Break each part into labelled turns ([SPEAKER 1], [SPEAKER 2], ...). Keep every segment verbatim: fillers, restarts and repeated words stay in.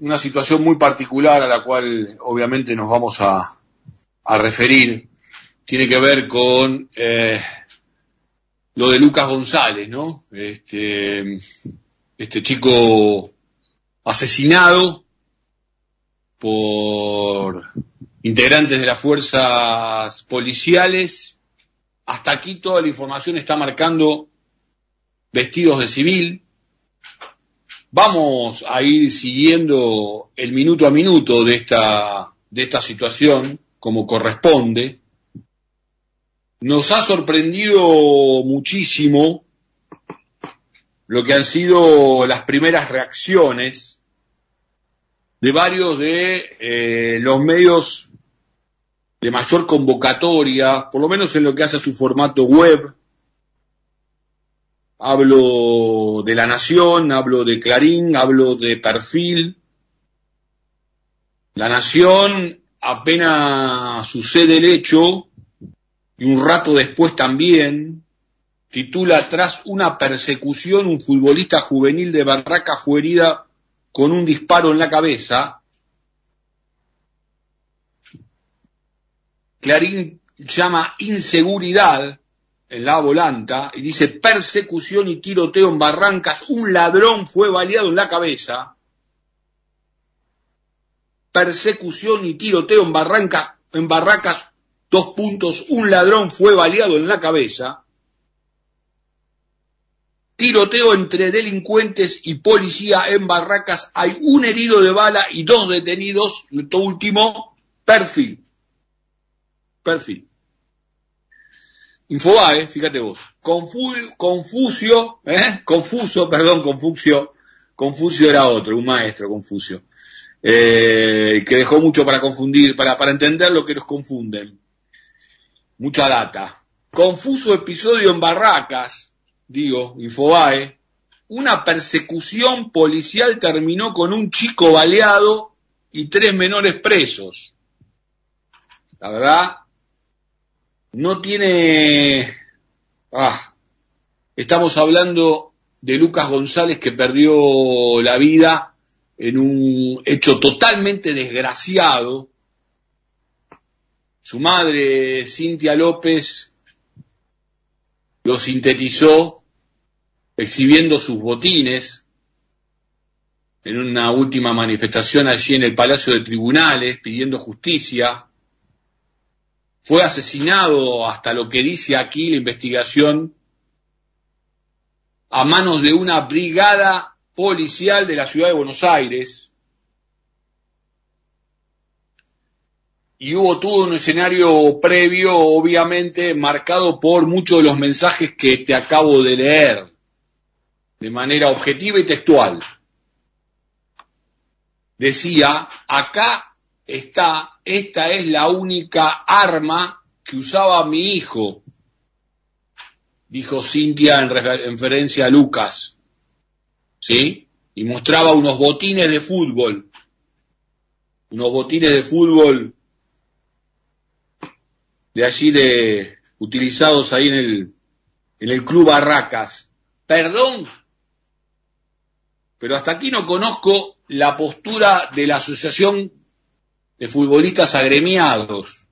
[SPEAKER 1] una situación muy particular a la cual obviamente nos vamos a, a referir. Tiene que ver con eh, lo de Lucas González, ¿no? Este, este chico asesinado por integrantes de las fuerzas policiales. Hasta aquí toda la información está marcando vestidos de civil. Vamos a ir siguiendo el minuto a minuto de esta, de esta situación como corresponde. Nos ha sorprendido muchísimo lo que han sido las primeras reacciones de varios de eh, los medios de mayor convocatoria, por lo menos en lo que hace a su formato web. Hablo de La Nación, hablo de Clarín, hablo de Perfil. La Nación, apenas sucede el hecho, y un rato después también, titula: tras una persecución, un futbolista juvenil de Barracas fue herida con un disparo en la cabeza. Clarín llama inseguridad en la volanta y dice: persecución y tiroteo en Barrancas, un ladrón fue baleado en la cabeza. Persecución y tiroteo en Barranca, en Barracas, dos puntos, un ladrón fue baleado en la cabeza. Tiroteo entre delincuentes y policía en Barracas, hay un herido de bala y dos detenidos. Esto último, Perfil. Perfil. Infobae, fíjate vos, Confu- Confucio, ¿eh? Confuso, perdón, Confucio, Confucio era otro, un maestro, Confucio, eh, que dejó mucho para confundir, para, para entender lo que nos confunden. Mucha data. Confuso episodio en Barracas, digo, Infobae, una persecución policial terminó con un chico baleado y tres menores presos. La verdad, no tiene... Ah, estamos hablando de Lucas González, que perdió la vida en un hecho totalmente desgraciado. Su madre, Cintia López, lo sintetizó exhibiendo sus botines en una última manifestación allí en el Palacio de Tribunales, pidiendo justicia. Fue asesinado, hasta lo que dice aquí la investigación, a manos de una brigada policial de la ciudad de Buenos Aires. Y hubo todo un escenario previo, obviamente, marcado por muchos de los mensajes que te acabo de leer, de manera objetiva y textual. Decía: acá está, esta es la única arma que usaba mi hijo, dijo Cintia en referencia a Lucas, ¿sí? Y mostraba unos botines de fútbol, unos botines de fútbol de allí, de utilizados ahí en el en el Club Barracas. Perdón, pero hasta aquí no conozco la postura de la Asociación de Futbolistas Agremiados.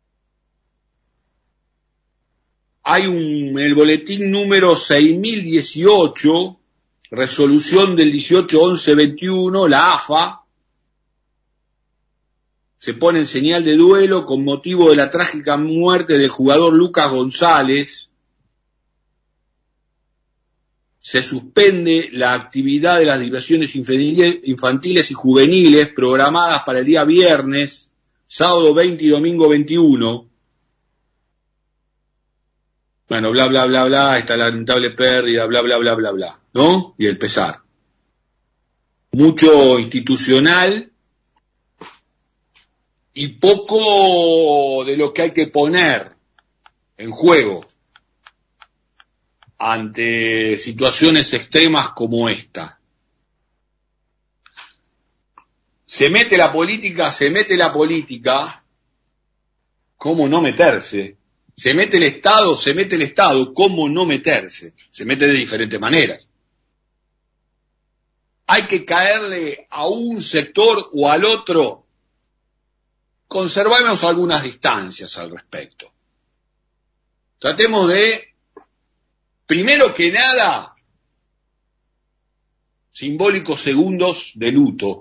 [SPEAKER 1] Hay un, en el boletín número seis mil dieciocho, resolución del dieciocho once veintiuno, la A F A se pone en señal de duelo con motivo de la trágica muerte del jugador Lucas González. Se suspende la actividad de las diversiones infantiles y juveniles programadas para el día viernes, sábado veinte y domingo veintiuno. Bueno, bla, bla, bla, bla, esta lamentable pérdida, bla, bla, bla, bla, bla, ¿no? Y el pesar. Mucho institucional y poco de lo que hay que poner en juego ante situaciones extremas como esta. Se mete la política, se mete la política, ¿cómo no meterse? Se mete el Estado, se mete el Estado, ¿cómo no meterse? Se mete de diferentes maneras. hay que caerle a un sector o al otro, conservemos algunas distancias al respecto. Tratemos de, primero que nada, simbólicos segundos de luto.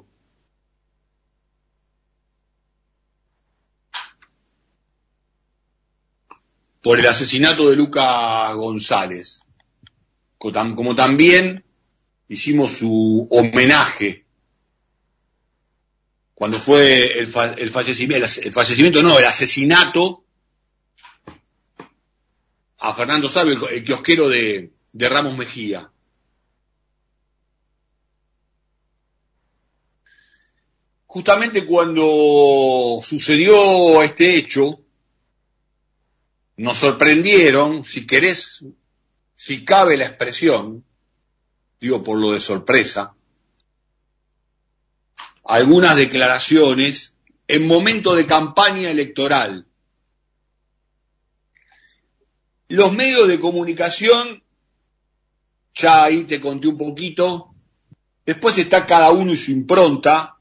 [SPEAKER 1] Por el asesinato de Luca González, como también hicimos su homenaje cuando fue el, fa el fallecimiento, el fallecimiento no, el asesinato a Fernando Sabio, el, el kiosquero de, de Ramos Mejía. Justamente cuando sucedió este hecho, nos sorprendieron, si querés, si cabe la expresión, digo por lo de sorpresa, algunas declaraciones en momento de campaña electoral. Los medios de comunicación, ya ahí te conté un poquito, después está cada uno y su impronta,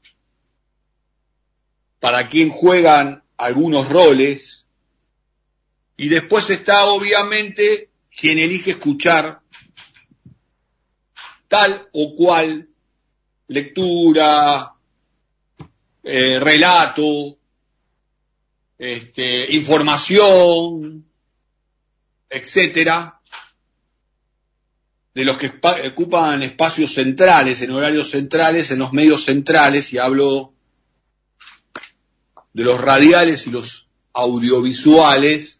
[SPEAKER 1] para quien juegan algunos roles, y después está obviamente quien elige escuchar tal o cual lectura, eh, relato, este, información, etcétera, de los que ocupan espacios centrales, en horarios centrales, en los medios centrales, y hablo de los radiales y los audiovisuales,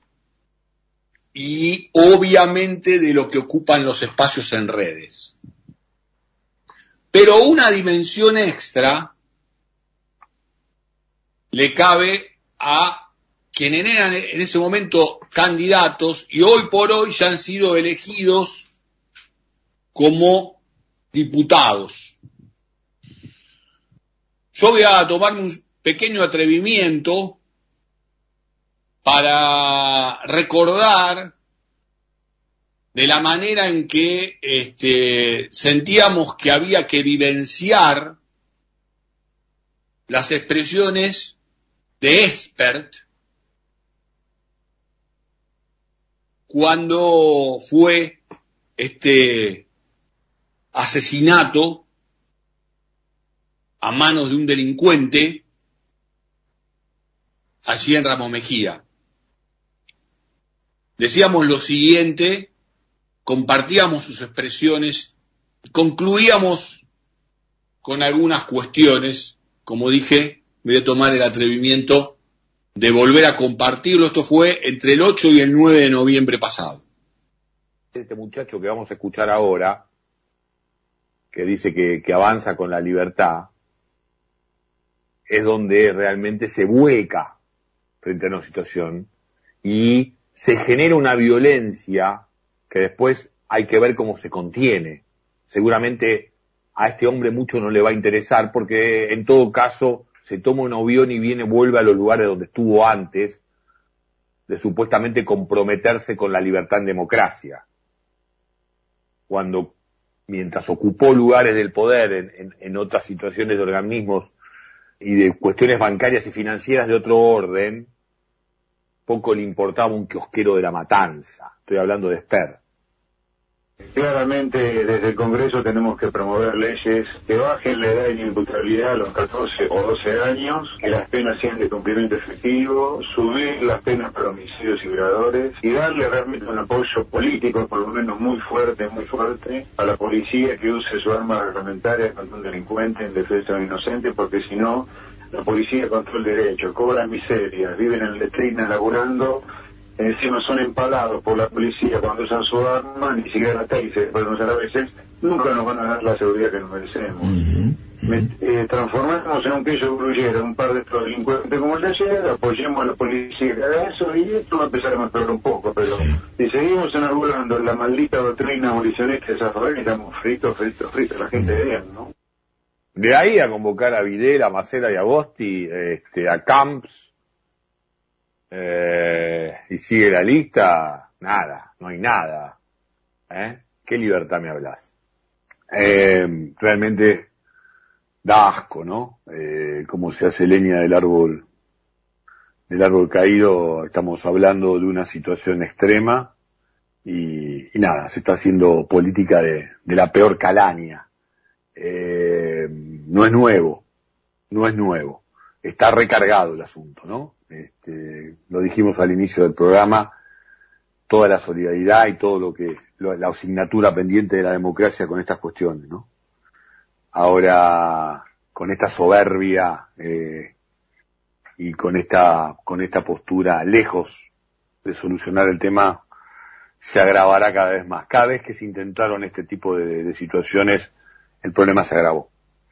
[SPEAKER 1] y obviamente de lo que ocupan los espacios en redes. Pero una dimensión extra le cabe a quienes eran en ese momento candidatos y hoy por hoy ya han sido elegidos como diputados. Yo voy a tomarme un pequeño atrevimiento para recordar de la manera en que este, sentíamos que había que vivenciar las expresiones de Expert cuando fue este asesinato a manos de un delincuente allí en Ramos Mejía. Decíamos lo siguiente, compartíamos sus expresiones, concluíamos con algunas cuestiones, como dije, voy a tomar el atrevimiento de volver a compartirlo. Esto fue entre el ocho y el nueve de noviembre pasado.
[SPEAKER 2] Este muchacho que vamos a escuchar ahora, que dice que, que avanza con la libertad, es donde realmente se vuelca frente a una situación y se genera una violencia que después hay que ver cómo se contiene. Seguramente a este hombre mucho no le va a interesar porque en todo caso se toma un avión y viene, vuelve a los lugares donde estuvo antes de supuestamente comprometerse con la libertad en democracia. Cuando, mientras ocupó lugares del poder en, en, en otras situaciones de organismos y de cuestiones bancarias y financieras de otro orden, poco le importaba un kiosquero de La Matanza. Estoy hablando de Esper.
[SPEAKER 3] Claramente desde el Congreso tenemos que promover leyes que bajen la edad de inimputabilidad a los catorce o doce años, que las penas sean de cumplimiento efectivo, subir las penas para homicidios y violadores y darle realmente un apoyo político, por lo menos muy fuerte, muy fuerte, a la policía que use su arma reglamentaria contra un delincuente en defensa de un inocente, porque si no, la policía controla el derecho, cobran miserias, viven en letrinas laburando, encima son empalados por la policía cuando usan su arma, ni siquiera la taser, pueden usar a veces, nunca nos van a dar la seguridad que nos merecemos. Uh-huh. Me, eh, transformamos en un queso gruyere un par de estos delincuentes como el de ayer, apoyemos a la policía que haga eso y esto va a empezar a mejorar un poco, pero si seguimos enarbolando la maldita doctrina abolicionista de Zaffaroni, estamos fritos, fritos, fritos, la gente de bien, ¿no?
[SPEAKER 2] De ahí a convocar a Videla, a Macera y a Agosti, este, a Camps, eh, y sigue la lista, nada, no hay nada. ¿Eh? ¿Qué libertad me hablas? Eh, realmente da asco, ¿no? Eh, cómo se hace leña del árbol, del árbol caído. Estamos hablando de una situación extrema y, y nada, se está haciendo política de, de la peor calaña. Eh, no es nuevo, no es nuevo. Está recargado el asunto, ¿no? Este, lo dijimos al inicio del programa, toda la solidaridad y todo lo que, lo, la asignatura pendiente de la democracia con estas cuestiones, ¿no? Ahora, con esta soberbia, eh, y con esta, con esta postura lejos de solucionar el tema, se agravará cada vez más. Cada vez que se intentaron este tipo de, de situaciones, el problema se agravó.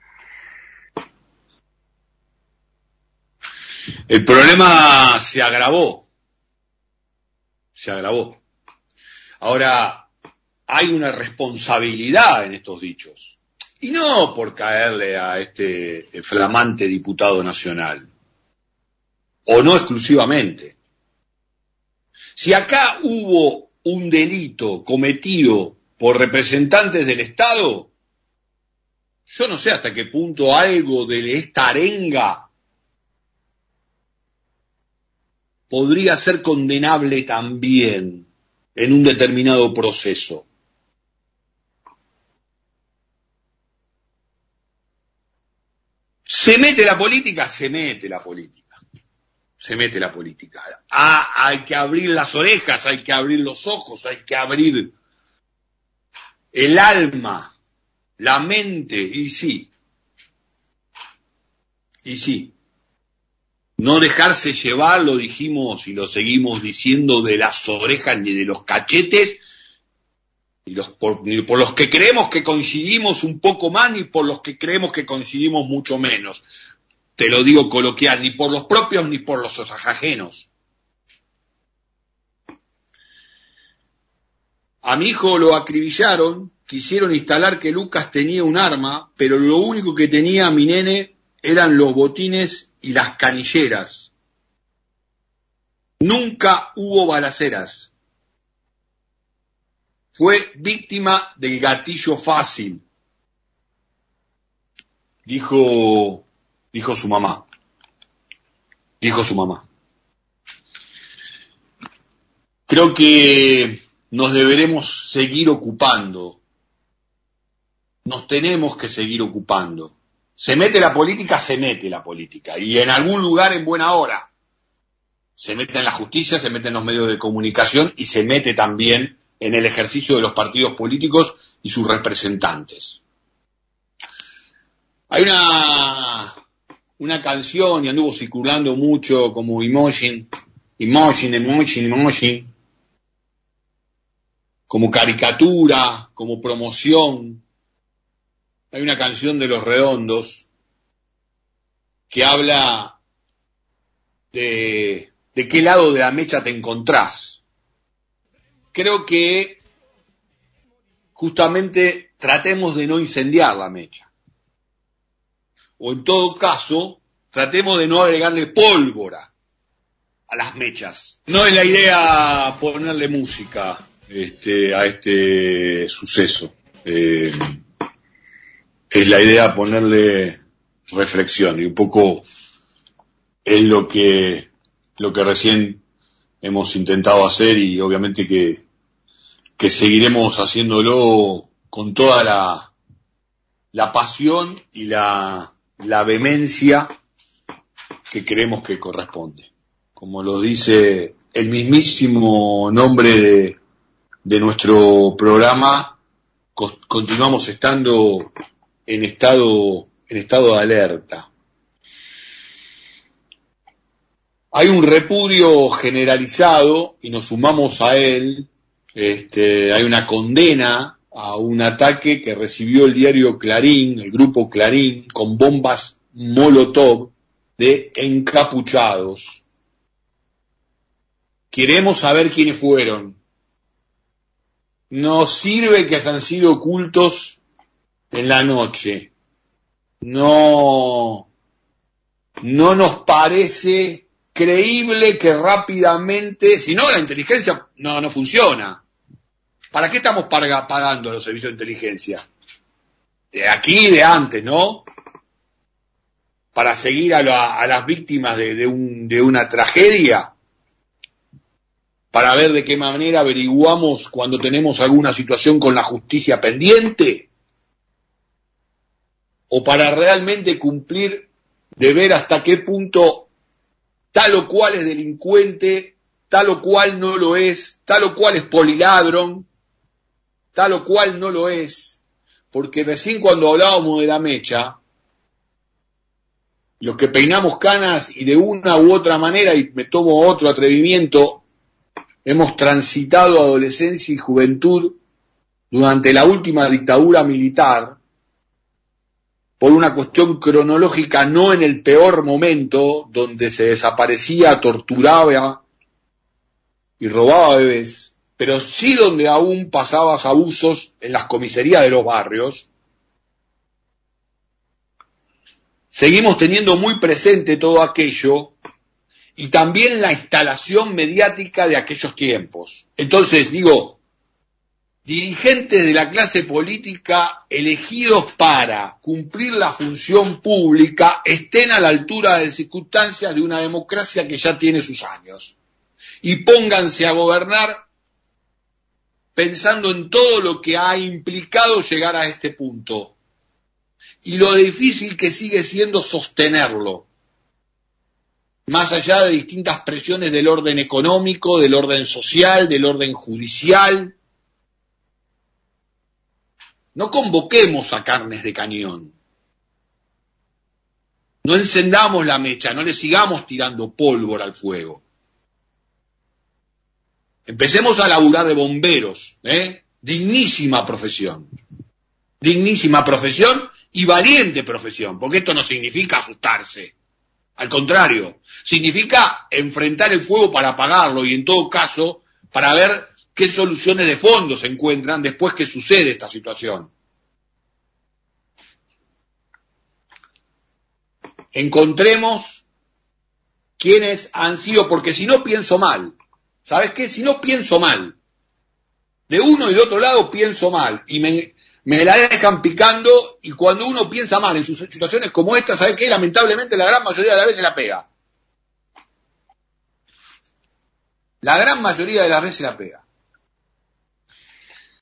[SPEAKER 1] El problema se agravó. Se agravó. Ahora, hay una responsabilidad en estos dichos. Y no por caerle a este flamante diputado nacional. O no exclusivamente. Si acá hubo un delito cometido por representantes del Estado, yo no sé hasta qué punto algo de esta arenga podría ser condenable también en un determinado proceso. ¿Se mete la política? Se mete la política. Se mete la política. Ah, hay que abrir las orejas, hay que abrir los ojos, hay que abrir el alma, la mente, y sí. Y sí. No dejarse llevar, lo dijimos y lo seguimos diciendo, de las orejas ni de los cachetes, ni, los por, ni por los que creemos que coincidimos un poco más, ni por los que creemos que coincidimos mucho menos. Te lo digo coloquial, ni por los propios ni por los ajenos. A mi hijo lo acribillaron, quisieron instalar que Lucas tenía un arma, pero lo único que tenía mi nene eran los botines y las canilleras. Nunca hubo balaceras. Fue víctima del gatillo fácil, dijo, dijo su mamá. Dijo su mamá. Creo que nos deberemos seguir ocupando. Nos tenemos que seguir ocupando. Se mete la política, se mete la política. Y en algún lugar en buena hora. Se mete en la justicia, se mete en los medios de comunicación y se mete también en el ejercicio de los partidos políticos y sus representantes. Hay una, una canción y anduvo circulando mucho como Imagine, Imagine, Imagine, Imagine, como caricatura, como promoción. Hay una canción de Los Redondos que habla de, de qué lado de la mecha te encontrás. Creo que justamente tratemos de no incendiar la mecha. O en todo caso, tratemos de no agregarle pólvora a las mechas. No es la idea ponerle música este, a este suceso. Eh, es la idea ponerle reflexión, y un poco es lo que, lo que recién hemos intentado hacer, y obviamente que, que seguiremos haciéndolo con toda la, la pasión y la, la vehemencia que creemos que corresponde. Como lo dice el mismísimo nombre de, de nuestro programa, co- continuamos estando en estado, en estado de alerta. Hay un repudio generalizado, y nos sumamos a él. Este, hay una condena a un ataque que recibió el diario Clarín, el grupo Clarín, con bombas Molotov de encapuchados. Queremos saber quiénes fueron. No sirve que hayan sido ocultos en la noche. No, no nos parece creíble que rápidamente, si no, la inteligencia no, no funciona. ¿Para qué estamos pagando a los servicios de inteligencia? De aquí y de antes, ¿no? para seguir a, la, a las víctimas de, de, un, de una tragedia, para ver de qué manera averiguamos cuando tenemos alguna situación con la justicia pendiente, o para realmente cumplir, de ver hasta qué punto tal o cual es delincuente, tal o cual no lo es, tal o cual es poliladrón, tal o cual no lo es, porque recién cuando hablábamos de la mecha, los que peinamos canas y de una u otra manera, y me tomo otro atrevimiento, hemos transitado adolescencia y juventud durante la última dictadura militar, por una cuestión cronológica, no en el peor momento, donde se desaparecía, torturaba y robaba bebés, pero sí donde aún pasabas abusos en las comisarías de los barrios. Seguimos teniendo muy presente todo aquello y también la instalación mediática de aquellos tiempos. Entonces, digo, dirigentes de la clase política elegidos para cumplir la función pública estén a la altura de circunstancias de una democracia que ya tiene sus años. Y pónganse a gobernar pensando en todo lo que ha implicado llegar a este punto. Y lo difícil que sigue siendo sostenerlo. Más allá de distintas presiones del orden económico, del orden social, del orden judicial. No convoquemos a carnes de cañón. No encendamos la mecha, no le sigamos tirando pólvora al fuego. Empecemos a laburar de bomberos, ¿eh? Dignísima profesión. Dignísima profesión y valiente profesión, porque esto no significa asustarse. Al contrario, significa enfrentar el fuego para apagarlo y en todo caso para ver qué soluciones de fondo se encuentran después que sucede esta situación. Encontremos quiénes han sido, porque si no pienso mal, ¿sabes qué? Si no pienso mal, de uno y de otro lado pienso mal, y me, me la dejan picando, y cuando uno piensa mal en sus situaciones como esta, ¿sabes qué? Lamentablemente la gran mayoría de las veces la pega. La gran mayoría de las veces la pega.